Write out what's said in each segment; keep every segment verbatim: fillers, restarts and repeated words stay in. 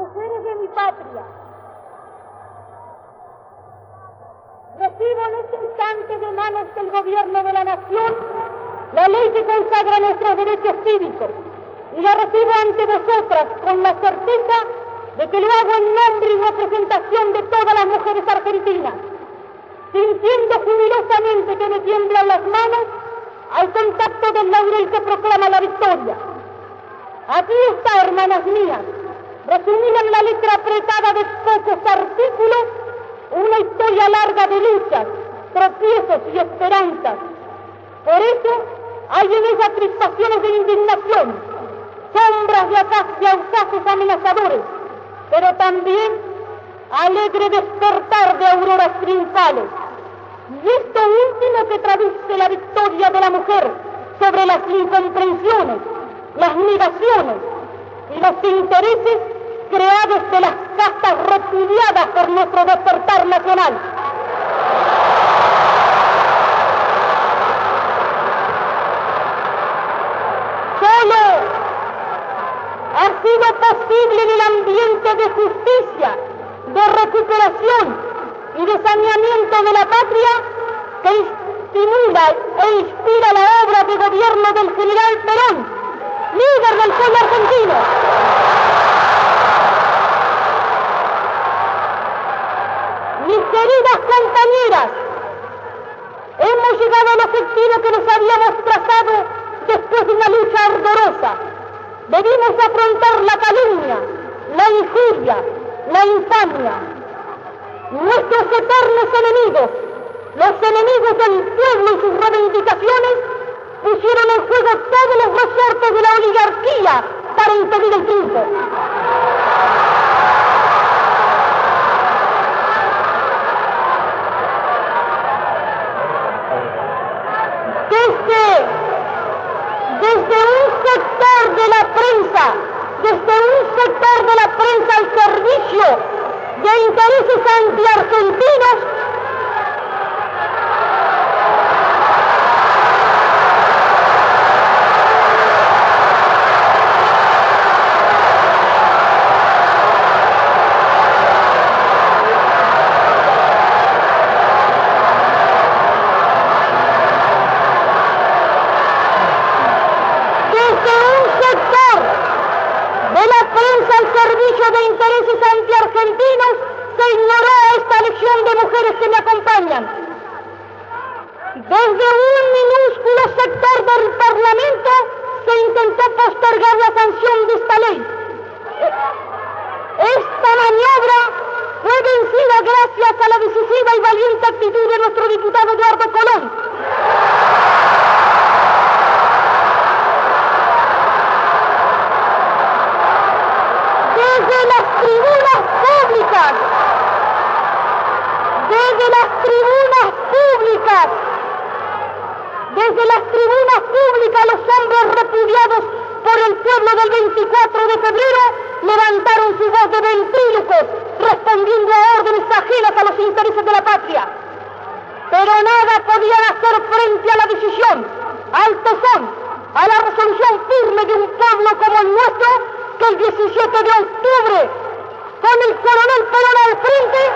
Mujeres de mi patria, recibo en este instante de manos del gobierno de la nación la ley que consagra nuestros derechos cívicos y la recibo ante vosotras con la certeza de que lo hago en nombre y representación de todas las mujeres argentinas, sintiendo jubilosamente que me tiemblan las manos al contacto del laurel que proclama la victoria. Aquí está, hermanas mías, resumida en la letra apretada de pocos artículos, una historia larga de luchas, tropiezos y esperanzas. Por eso hay en ella crispaciones de indignación, sombras de ataques y audaces amenazadores, pero también alegre despertar de auroras triunfales. Y esto último que traduce la victoria de la mujer sobre las incomprensiones, las negaciones y los intereses creados de las castas repudiadas por nuestro despertar nacional. Solo ha sido posible en el ambiente de justicia, de recuperación y de saneamiento de la patria que estimula e inspira la obra de gobierno del general Perón, líder del pueblo argentino. Mis queridas compañeras, hemos llegado al objetivo que nos habíamos trazado después de una lucha ardorosa. Debimos afrontar la calumnia, la injuria, la infamia. Nuestros eternos enemigos, los enemigos del pueblo y sus reivindicaciones, pusieron en juego todos los resortes de la oligarquía para impedir el triunfo. Desde, desde un sector de la prensa, desde un sector de la prensa al servicio de intereses antiargentinos, de intereses antiargentinos, se ignoró esta legión de mujeres que me acompañan. Desde un minúsculo sector del Parlamento se intentó postergar la sanción de esta ley. Esta maniobra fue vencida gracias a la decisiva y valiente actitud de nuestro diputado Eduardo Colón. Desde las tribunas públicas, desde las tribunas públicas, desde las tribunas públicas los hombres repudiados por el pueblo del veinticuatro de febrero levantaron su voz de ventrílocos, respondiendo a órdenes ajenas a los intereses de la patria. Pero nada podían hacer frente a la decisión, al tesón, a la resolución firme de un pueblo como el nuestro, que el diecisiete de octubre, con el coronel Perón al frente,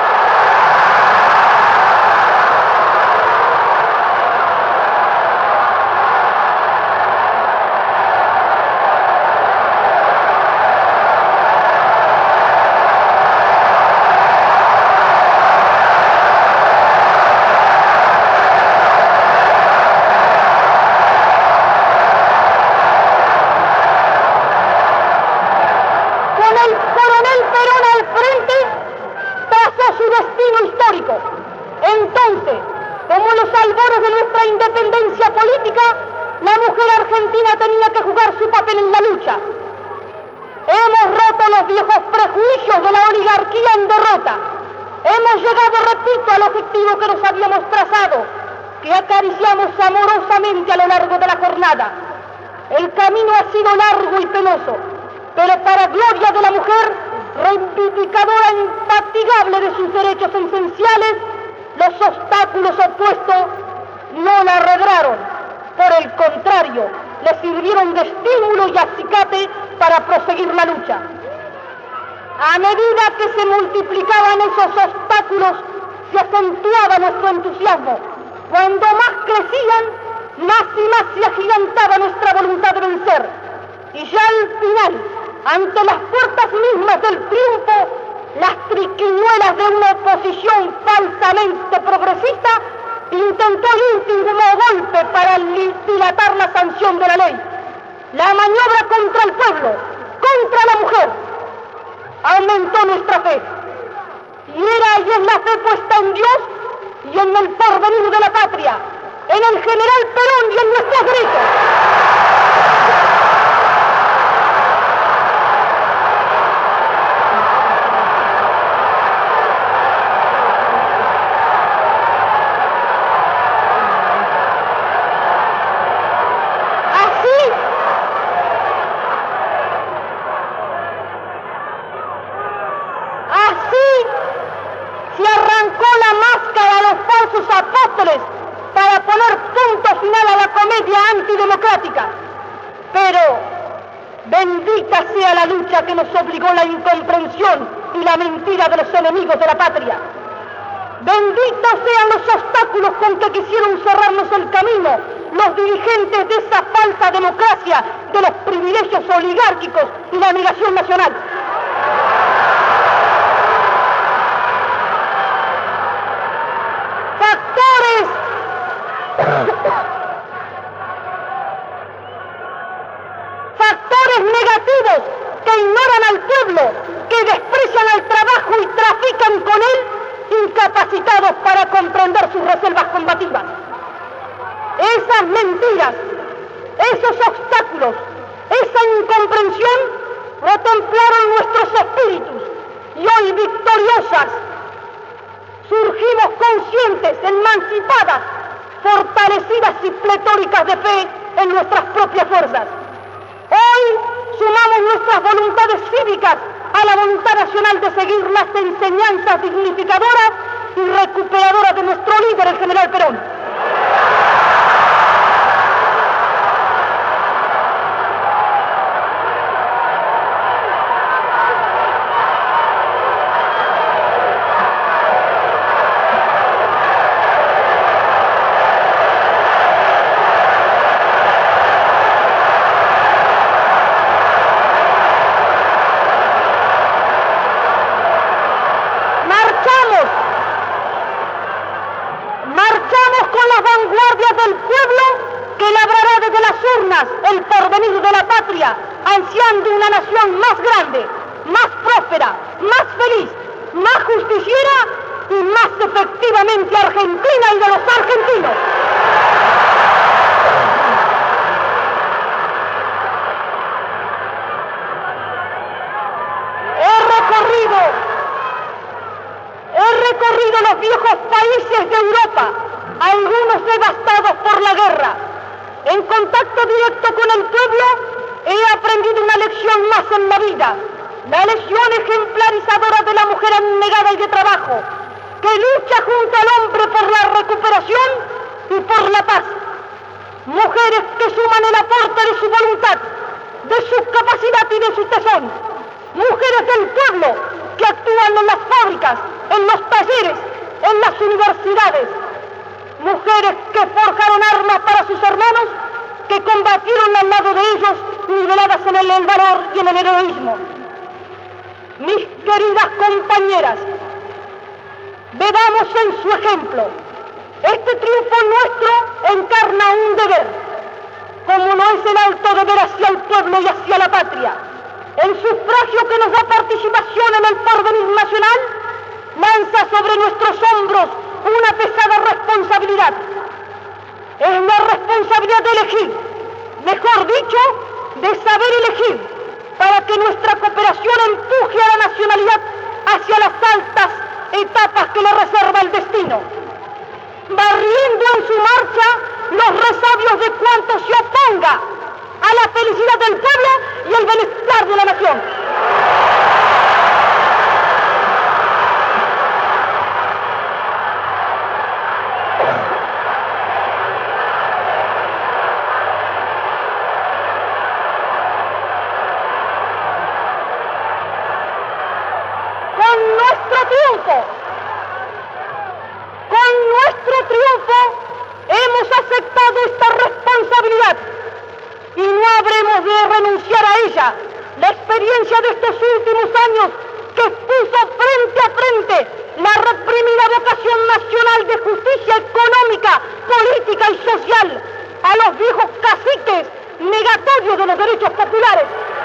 entonces, como en los albores de nuestra independencia política, la mujer argentina tenía que jugar su papel en la lucha. Hemos roto los viejos prejuicios de la oligarquía en derrota. Hemos llegado, repito, al objetivo que nos habíamos trazado, que acariciamos amorosamente a lo largo de la jornada. El camino ha sido largo y penoso, pero para gloria de la mujer, reivindicadora infatigable de sus derechos esenciales, los obstáculos opuestos no la arredraron. Por el contrario, le sirvieron de estímulo y acicate para proseguir la lucha. A medida que se multiplicaban esos obstáculos, se acentuaba nuestro entusiasmo. Cuando más crecían, más y más se agigantaba nuestra voluntad de vencer. Y ya al final, ante las puertas mismas del triunfo, las triquiñuelas de una oposición falsamente progresista intentó el último golpe para dilatar la sanción de la ley. La maniobra contra el pueblo, contra la mujer, aumentó nuestra fe. Y era y es la fe puesta en Dios y en el porvenir de la patria, en el general Perón y en nuestros gritos. Para poner punto final a la comedia antidemocrática. Pero bendita sea la lucha que nos obligó la incomprensión y la mentira de los enemigos de la patria. Benditos sean los obstáculos con que quisieron cerrarnos el camino los dirigentes de esa falsa democracia de los privilegios oligárquicos y la negación nacional. Factores negativos que ignoran al pueblo, que desprecian al trabajo y trafican con él, incapacitados para comprender sus reservas combativas. Esas mentiras, esos obstáculos, esa incomprensión lo templaron nuestros espíritus y hoy victoriosas surgimos conscientes, emancipadas, fortalecidas y pletóricas de fe en nuestras propias fuerzas. Hoy sumamos nuestras voluntades cívicas a la voluntad nacional de seguir las enseñanzas dignificadoras y recuperadoras de nuestro líder, el general Perón. El porvenir de la patria, ansiando una nación más grande, más próspera, más feliz, más justiciera y más efectivamente argentina y de los argentinos. He recorrido, he recorrido los viejos países de Europa, algunos devastados por la guerra. En contacto directo con el pueblo, he aprendido una lección más en la vida, la lección ejemplarizadora de la mujer abnegada y de trabajo, que lucha junto al hombre por la recuperación y por la paz. Mujeres que suman el aporte de su voluntad, de su capacidad y de su tesón. Mujeres del pueblo que actúan en las fábricas, en los talleres, en las universidades. Mujeres que forjaron armas para sus hermanos, que combatieron al lado de ellos, niveladas en el, el valor y en el heroísmo. Mis queridas compañeras, veamos en su ejemplo. Este triunfo nuestro encarna un deber, como lo es el alto deber hacia el pueblo y hacia la patria. El sufragio que nos da participación en el porvenir nacional lanza sobre nuestros hombros una pesada responsabilidad. Es la responsabilidad de elegir, mejor dicho, de saber elegir, para que nuestra cooperación empuje a la nacionalidad hacia las altas etapas que le reserva el destino, barriendo en su marcha los resabios de cuanto se oponga a la felicidad del pueblo y el bienestar de la nación. responsabilidad y no habremos de renunciar a ella. La experiencia de estos últimos años que puso frente a frente la reprimida vocación nacional de justicia económica, política y social a los viejos caciques negatorios de los derechos populares.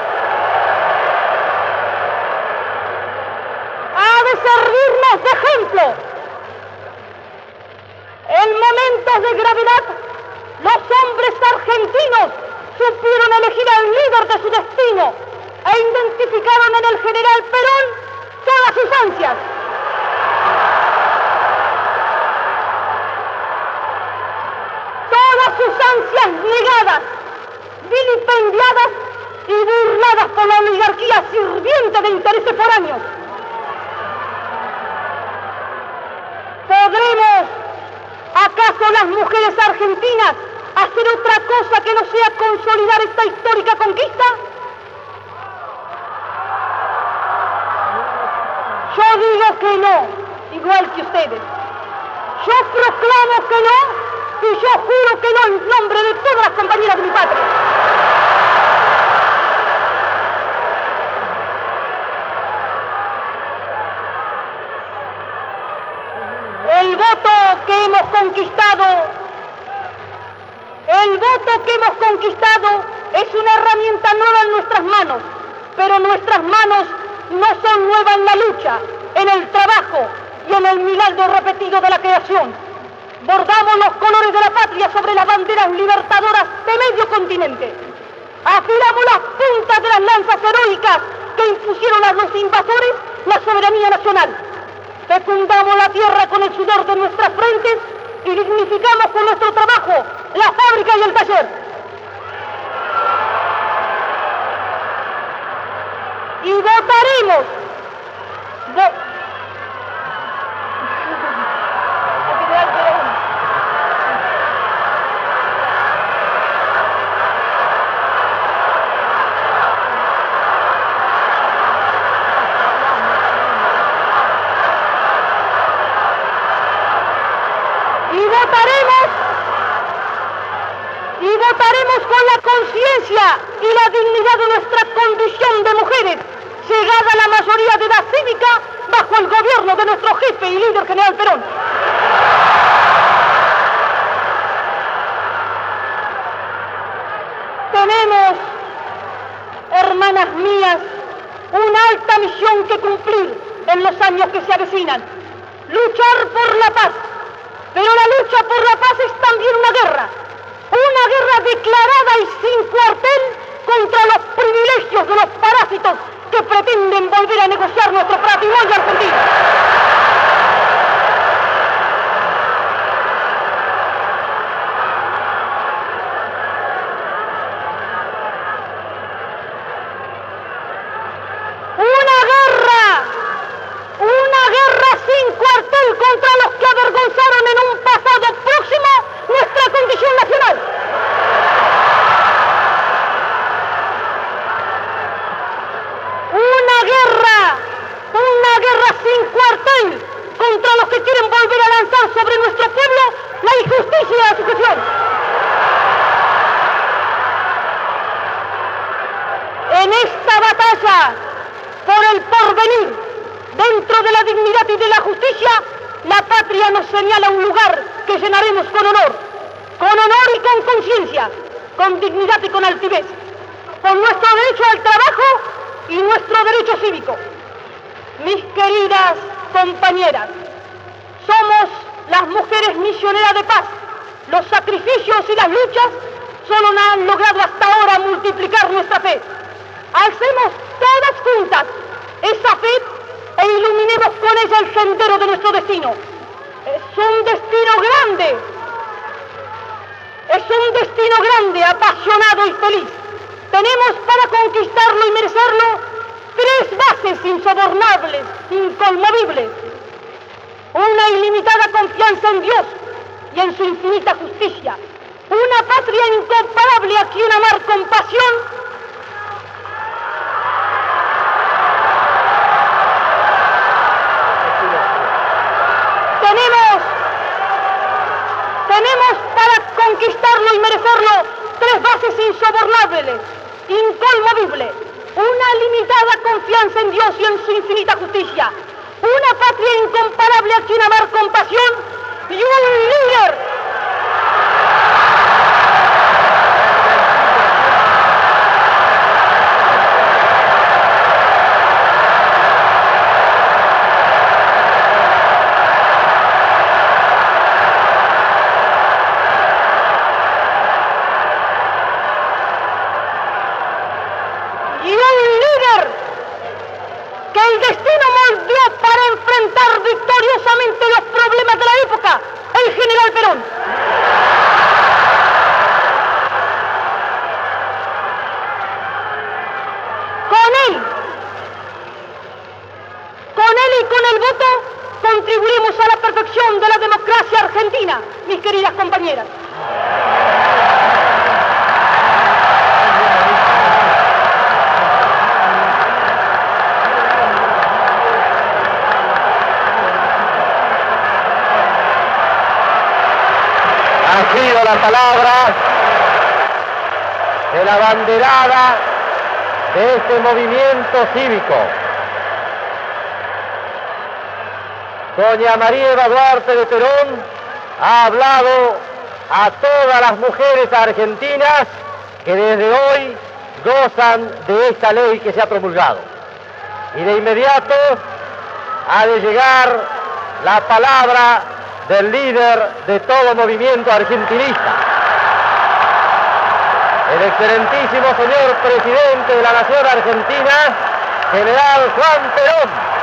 Ha de servirnos de ejemplo. En momentos de gravedad, los hombres argentinos supieron elegir al líder de su destino e identificaron en el general Perón todas sus ansias. Todas sus ansias negadas, vilipendiadas y burladas por la oligarquía sirviente de intereses foráneos. ¿Podremos, acaso las mujeres argentinas, hacer otra cosa que no sea consolidar esta histórica conquista? Yo digo que no, igual que ustedes. Yo proclamo que no y yo juro que no en nombre de todas las compañeras de mi patria. El voto que hemos conquistado, el voto que hemos conquistado es una herramienta nueva en nuestras manos, pero nuestras manos no son nuevas en la lucha, en el trabajo y en el milagro repetido de la creación. Bordamos los colores de la patria sobre las banderas libertadoras de medio continente. Afilamos las puntas de las lanzas heroicas que impusieron a los invasores la soberanía nacional. Fecundamos la tierra con el sudor de nuestras frentes y dignificamos con nuestro trabajo la fábrica y el taller. Y votaremos. Vo Y votaremos con la conciencia y la dignidad de nuestra condición de mujeres, llegada a la mayoría de edad cívica bajo el gobierno de nuestro jefe y líder general Perón. Tenemos, hermanas mías, una alta misión que cumplir en los años que se avecinan. Luchar por la paz. Pero la lucha por la paz es también una guerra. Una guerra declarada y sin cuartel contra los privilegios de los parásitos que pretenden volver a negociar nuestro patrimonio argentino. Una guerra, una guerra sin cuartel contra los que avergonzaron en un pasado próximo nuestra condición nacional. Una guerra, una guerra sin cuartel contra los que quieren volver a lanzar sobre nuestro pueblo la injusticia y la sujeción. En esta batalla por el porvenir, dentro de la dignidad y de la justicia, la patria nos señala un lugar que llenaremos con honor, con honor y con conciencia, con dignidad y con altivez, con nuestro derecho al trabajo y nuestro derecho cívico. Mis queridas compañeras, somos las mujeres misioneras de paz. Los sacrificios y las luchas solo han logrado hasta ahora multiplicar nuestra fe. Alcemos todas juntas esa fe e iluminemos con ella el sendero de nuestro destino. Es un destino grande, es un destino grande, apasionado y feliz. Tenemos para conquistarlo y merecerlo tres bases insobornables, inconmovibles. Una ilimitada confianza en Dios y en su infinita justicia. Una patria incomparable a quien amar con pasión. Tenemos, tenemos para conquistarlo y merecerlo tres bases insobornables, inconmovibles, una limitada confianza en Dios y en su infinita justicia, una patria incomparable a quien amar con pasión y un líder. Y un líder que el destino moldeó para enfrentar victoriosamente los problemas de la época, el general Perón. Con él, con él y con el voto, contribuimos a la perfección de la democracia argentina, mis queridas compañeras. Ha sido la palabra de la banderada de este movimiento cívico, doña María Eva Duarte de Perón. Ha hablado a todas las mujeres argentinas que desde hoy gozan de esta ley que se ha promulgado. Y de inmediato ha de llegar la palabra del líder de todo movimiento argentinista, el excelentísimo señor presidente de la Nación Argentina, general Juan Perón.